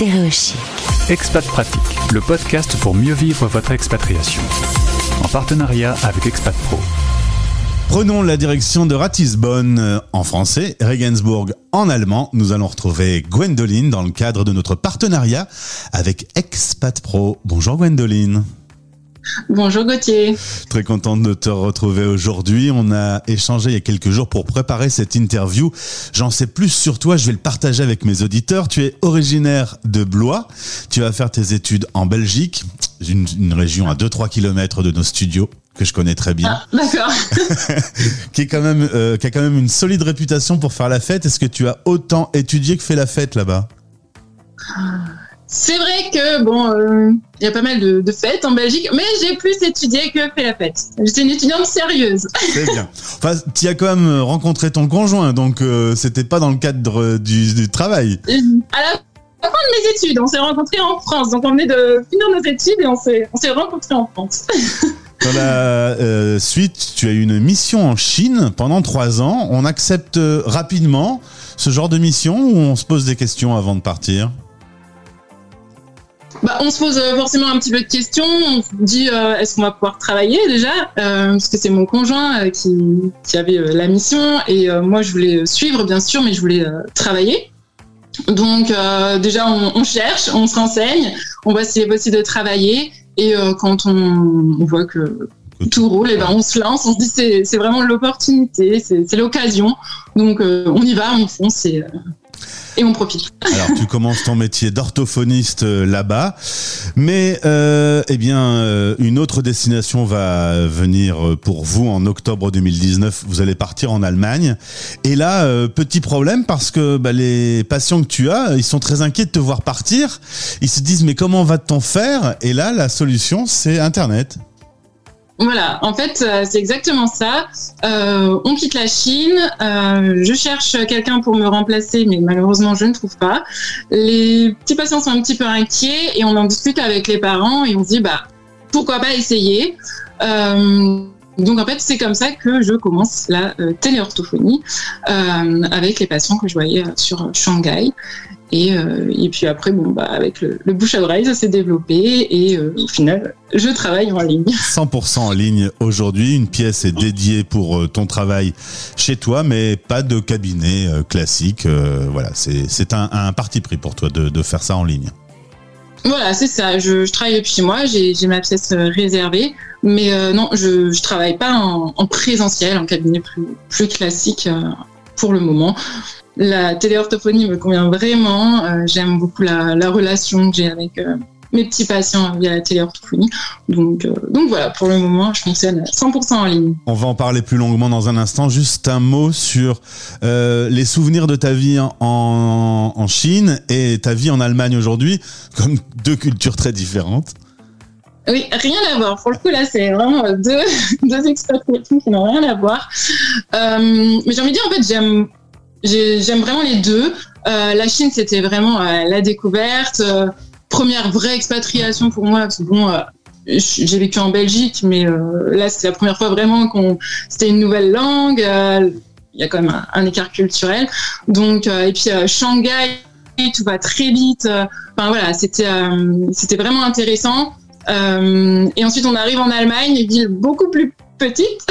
Stéréochic. Expat Pratique, le podcast pour mieux vivre votre expatriation. En partenariat avec Expat Pro. Prenons la direction de Ratisbonne en français, Regensburg en allemand. Nous allons retrouver Gwendoline dans le cadre de notre partenariat avec Expat Pro. Bonjour Gwendoline. Bonjour Gauthier. Très contente de te retrouver aujourd'hui. On a échangé il y a quelques jours pour préparer cette interview. J'en sais plus sur toi, je vais le partager avec mes auditeurs. Tu es originaire de Blois. Tu vas faire tes études en Belgique, une région à 2-3 km de nos studios, que je connais très bien. Ah, d'accord. qui a quand même une solide réputation pour faire la fête. Est-ce que tu as autant étudié que fait la fête là-bas ? C'est vrai que y a pas mal de fêtes en Belgique, mais j'ai plus étudié que fait la fête. J'étais une étudiante sérieuse. C'est bien. Enfin, tu as quand même rencontré ton conjoint, donc c'était pas dans le cadre du travail. À la fin de mes études, on s'est rencontrés en France, donc on venait de finir nos études et on s'est rencontrés en France. Dans la suite, tu as eu une mission en Chine pendant 3 ans. On accepte rapidement ce genre de mission ou on se pose des questions avant de partir ? On se pose forcément un petit peu de questions. On se dit est-ce qu'on va pouvoir travailler déjà parce que c'est mon conjoint qui avait la mission et moi je voulais suivre bien sûr, mais je voulais travailler. Donc déjà on cherche, on se renseigne, on voit s'il est possible de travailler et quand on voit que tout roule, et on se lance, on se dit c'est vraiment l'opportunité, c'est l'occasion. Donc on y va, on fonce et on profite. Alors, tu commences ton métier d'orthophoniste là-bas, mais une autre destination va venir pour vous en octobre 2019. Vous allez partir en Allemagne. Et là, petit problème parce que les patients que tu as, ils sont très inquiets de te voir partir. Ils se disent, mais comment va-t-on faire ? Et là, la solution, c'est Internet. Voilà, en fait, c'est exactement ça. On quitte la Chine, je cherche quelqu'un pour me remplacer, mais malheureusement, je ne trouve pas. Les petits patients sont un petit peu inquiets et on en discute avec les parents et on se dit, pourquoi pas essayer ? Donc, en fait, c'est comme ça que je commence la téléorthophonie avec les patients que je voyais sur Shanghai. Et puis après, avec le bouche à oreille, ça s'est développé et au final, je travaille en ligne. 100% en ligne aujourd'hui. Une pièce est dédiée pour ton travail chez toi, mais pas de cabinet classique. Voilà, c'est un parti pris pour toi de faire ça en ligne. Voilà, c'est ça. Je travaille depuis chez moi, j'ai ma pièce réservée, mais non, je travaille pas en présentiel, en cabinet plus classique pour le moment. La téléorthophonie me convient vraiment. J'aime beaucoup la relation que j'ai avec mes petits patients via la téléorthophonie. Donc voilà, pour le moment, je fonctionne 100% en ligne. On va en parler plus longuement dans un instant. Juste un mot sur les souvenirs de ta vie en Chine et ta vie en Allemagne aujourd'hui, comme 2 cultures très différentes. Oui, rien à voir. Pour le coup, là, c'est vraiment deux expatriations qui n'ont rien à voir. Mais j'ai envie de dire, en fait, j'aime vraiment les deux. La Chine, c'était vraiment la découverte. Première vraie expatriation pour moi. Parce que j'ai vécu en Belgique, mais là, c'était la première fois vraiment c'était une nouvelle langue. Il y a quand même un écart culturel. Donc, et puis Shanghai, tout va très vite. Voilà, c'était vraiment intéressant. Et ensuite, on arrive en Allemagne, une ville beaucoup plus petite,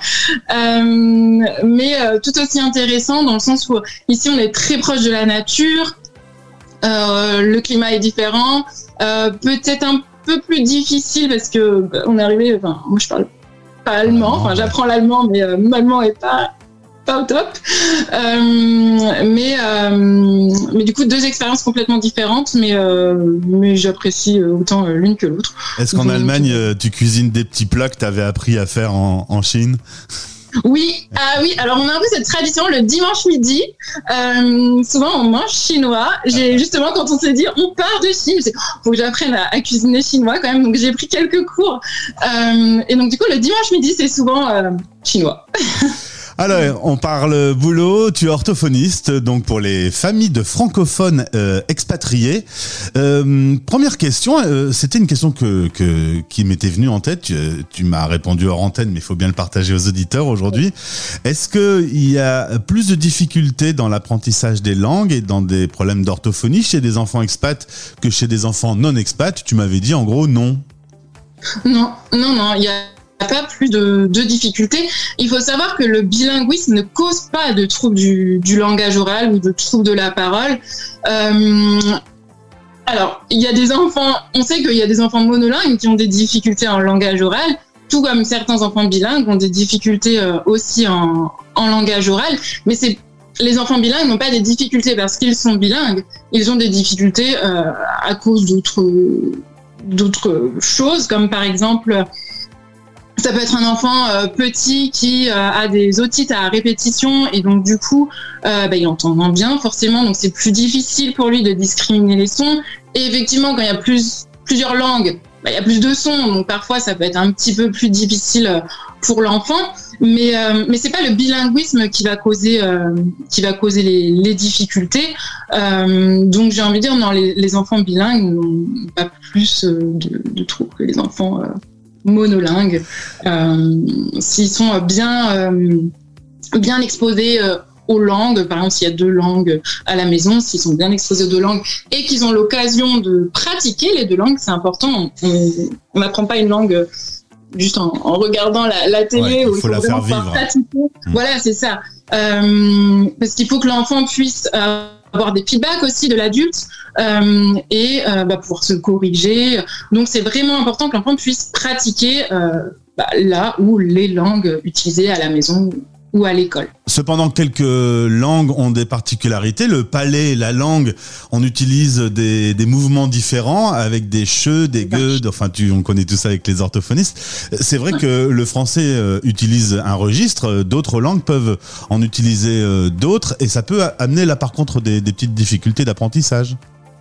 mais tout aussi intéressant dans le sens où ici on est très proche de la nature, le climat est différent, peut-être un peu plus difficile parce que on est arrivé, moi je parle pas allemand, j'apprends l'allemand mais mon allemand est pas au top, mais du coup 2 expériences complètement différentes, mais j'apprécie autant l'une que l'autre. Est-ce qu'en Allemagne tu cuisines des petits plats que tu avais appris à faire en Chine ? Oui, alors on a un peu cette tradition le dimanche midi, souvent on mange chinois. Justement, quand on s'est dit on part de Chine, faut que j'apprenne à cuisiner chinois quand même, donc j'ai pris quelques cours, et donc du coup le dimanche midi c'est souvent chinois. Alors, on parle boulot, tu es orthophoniste, donc pour les familles de francophones expatriés. Première question, c'était une question qui m'était venue en tête, tu m'as répondu hors antenne, mais il faut bien le partager aux auditeurs aujourd'hui. Est-ce qu'il y a plus de difficultés dans l'apprentissage des langues et dans des problèmes d'orthophonie chez des enfants expats que chez des enfants non expats? Tu m'avais dit en gros non. Non, il n'y a pas plus de difficultés. Il faut savoir que le bilinguisme ne cause pas de troubles du langage oral ou de troubles de la parole. Alors, il y a des enfants, on sait qu'il y a des enfants monolingues qui ont des difficultés en langage oral, tout comme certains enfants bilingues ont des difficultés aussi en langage oral, mais les enfants bilingues n'ont pas des difficultés parce qu'ils sont bilingues, ils ont des difficultés à cause d'autres choses, comme par exemple, ça peut être un enfant petit qui a des otites à répétition et donc du coup, il entend moins bien forcément, donc c'est plus difficile pour lui de discriminer les sons. Et effectivement, quand il y a plusieurs langues, il y a plus de sons, donc parfois ça peut être un petit peu plus difficile pour l'enfant. Mais c'est pas le bilinguisme qui va causer les difficultés. Donc j'ai envie de dire, non, les enfants bilingues n'ont pas plus de troubles que les enfants monolingues, s'ils sont bien exposés aux langues. Par exemple, s'il y a 2 langues à la maison, s'ils sont bien exposés aux 2 langues et qu'ils ont l'occasion de pratiquer les 2 langues, c'est important. On n'apprend pas une langue juste en regardant la télé, il faut la faire vivre. Pratiquer. Voilà, c'est ça. Parce qu'il faut que l'enfant puisse avoir des feedbacks aussi de l'adulte et pouvoir se corriger. Donc c'est vraiment important que l'enfant puisse pratiquer là où les langues utilisées à la maison ou à l'école. Cependant, quelques langues ont des particularités. Le palais, la langue, on utilise des mouvements différents avec des che, des gueux, enfin on connaît tout ça avec les orthophonistes. C'est vrai que le français utilise un registre, d'autres langues peuvent en utiliser d'autres et ça peut amener là par contre des petites difficultés d'apprentissage.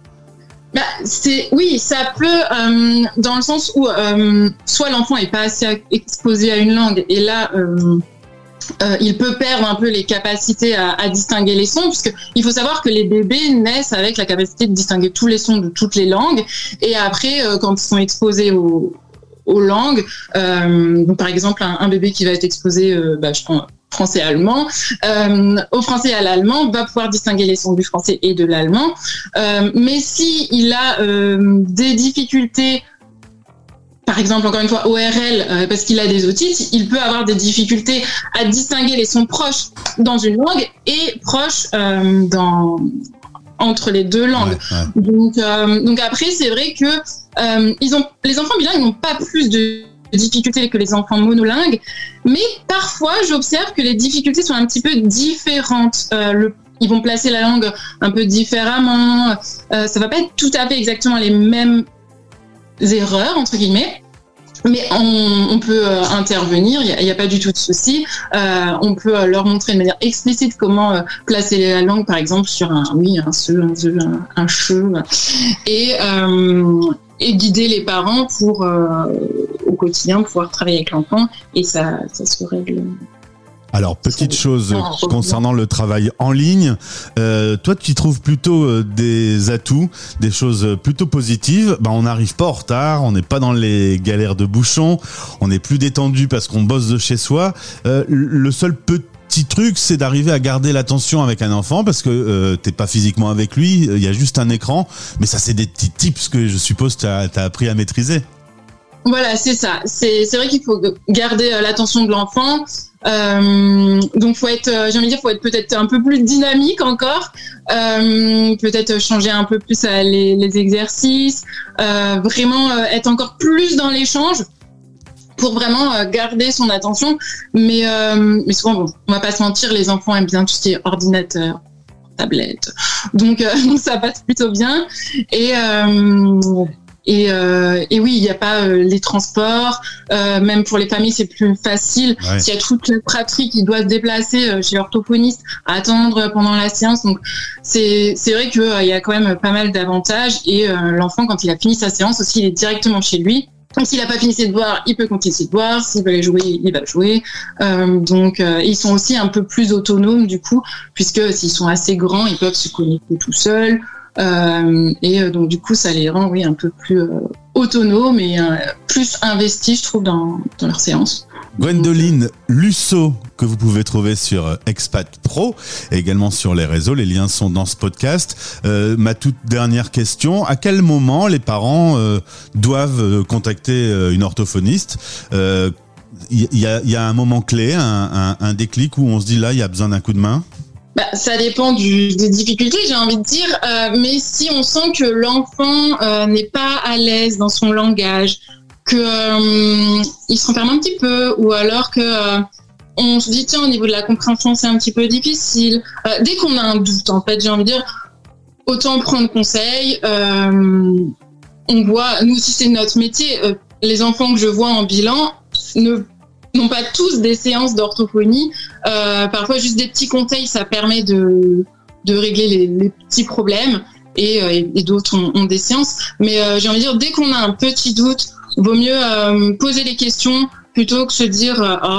Oui, ça peut, dans le sens où soit l'enfant est pas assez exposé à une langue et là il peut perdre un peu les capacités à distinguer les sons, puisque il faut savoir que les bébés naissent avec la capacité de distinguer tous les sons de toutes les langues, et après quand ils sont exposés aux langues, donc par exemple un bébé qui va être exposé, je prends français-allemand, au français et à l'allemand, va pouvoir distinguer les sons du français et de l'allemand, mais si il a des difficultés, par exemple, encore une fois, ORL, parce qu'il a des otites, il peut avoir des difficultés à distinguer les sons proches dans une langue et proches entre les 2 langues. Ouais. Donc après, c'est vrai que les enfants bilingues n'ont pas plus de difficultés que les enfants monolingues, mais parfois, j'observe que les difficultés sont un petit peu différentes. Ils vont placer la langue un peu différemment. Ça va pas être tout à fait exactement les mêmes erreurs, entre guillemets, mais on peut intervenir, il n'y a pas du tout de souci. On peut leur montrer de manière explicite comment placer la langue, par exemple, sur un oui, un se, un ze, un che, et guider les parents pour, au quotidien, pouvoir travailler avec l'enfant, et ça se règle. Alors, petite chose concernant le travail en ligne, toi tu trouves plutôt des atouts, des choses plutôt positives. On n'arrive pas en retard, on n'est pas dans les galères de bouchons, on est plus détendu parce qu'on bosse de chez soi. Le seul petit truc, c'est d'arriver à garder l'attention avec un enfant parce que t'es pas physiquement avec lui, il y a juste un écran, mais ça c'est des petits tips que je suppose t'as appris à maîtriser. Voilà, c'est ça. C'est vrai qu'il faut garder l'attention de l'enfant. Donc faut être peut-être un peu plus dynamique encore, peut-être changer un peu plus les exercices, vraiment être encore plus dans l'échange pour vraiment garder son attention. Mais souvent, on va pas se mentir, les enfants aiment bien tout ce qui est ordinateur, tablette, donc ça passe plutôt bien. Et oui, il n'y a pas les transports, même pour les familles c'est plus facile. Ouais. S'il y a toute la fratrie qui doit se déplacer chez l'orthophoniste, à attendre pendant la séance, donc c'est vrai qu'il y a quand même pas mal d'avantages. Et l'enfant, quand il a fini sa séance aussi, il est directement chez lui. Donc, s'il n'a pas fini ses devoirs, il peut continuer ses devoirs. S'il veut aller jouer, il va jouer. Donc, ils sont aussi un peu plus autonomes, du coup, puisque s'ils sont assez grands, ils peuvent se connecter tout seuls. Donc, du coup, ça les rend, un peu plus autonomes et plus investis, je trouve, dans leurs séances. Gwendoline Lusso, que vous pouvez trouver sur Expat Pro et également sur les réseaux. Les liens sont dans ce podcast. Ma toute dernière question, à quel moment les parents doivent contacter une orthophoniste ? Il y a un moment clé, un déclic où on se dit là, il y a besoin d'un coup de main ? Ça dépend des difficultés, j'ai envie de dire. Mais si on sent que l'enfant n'est pas à l'aise dans son langage, qu'il se renferme un petit peu, ou alors que on se dit tiens, au niveau de la compréhension c'est un petit peu difficile. Dès qu'on a un doute, en fait, j'ai envie de dire, autant prendre conseil. On voit, nous aussi c'est notre métier. Les enfants que je vois en bilan n'ont pas tous des séances d'orthophonie. Parfois juste des petits conseils, ça permet de régler les petits problèmes. Et d'autres ont des séances. Mais j'ai envie de dire, dès qu'on a un petit doute, vaut mieux poser les questions plutôt que se dire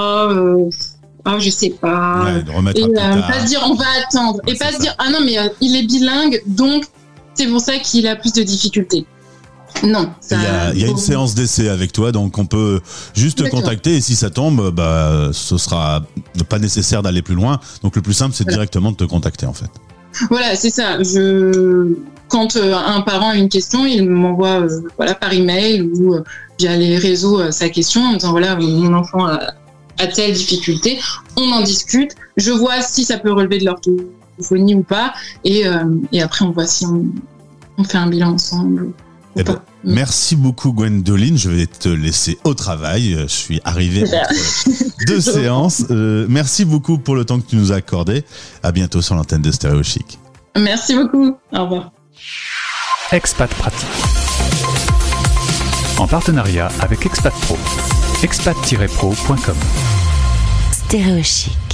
je sais pas. Ouais, de remettre et pas se dire on va attendre. Ouais, et pas se dire non mais il est bilingue, donc c'est pour ça qu'il a plus de difficultés. Non. Il y a une séance d'essai avec toi, donc on peut juste te contacter et si ça tombe, ce sera pas nécessaire d'aller plus loin. Donc le plus simple, c'est directement de te contacter en fait. Voilà, c'est ça. Quand un parent a une question, il m'envoie par email ou via les réseaux sa question en disant voilà, mon enfant a telle difficulté. On en discute. Je vois si ça peut relever de l'orthophonie ou pas. Et après, on voit si on fait un bilan ensemble. Merci beaucoup Gwendoline, je vais te laisser au travail, je suis arrivé entre 2 séances. Merci beaucoup pour le temps que tu nous as accordé. À bientôt sur l'antenne de Stéréo Chic. Merci beaucoup, au revoir. Expat Pratique, en partenariat avec Expat Pro, expat-pro.com. Stéréo Chic.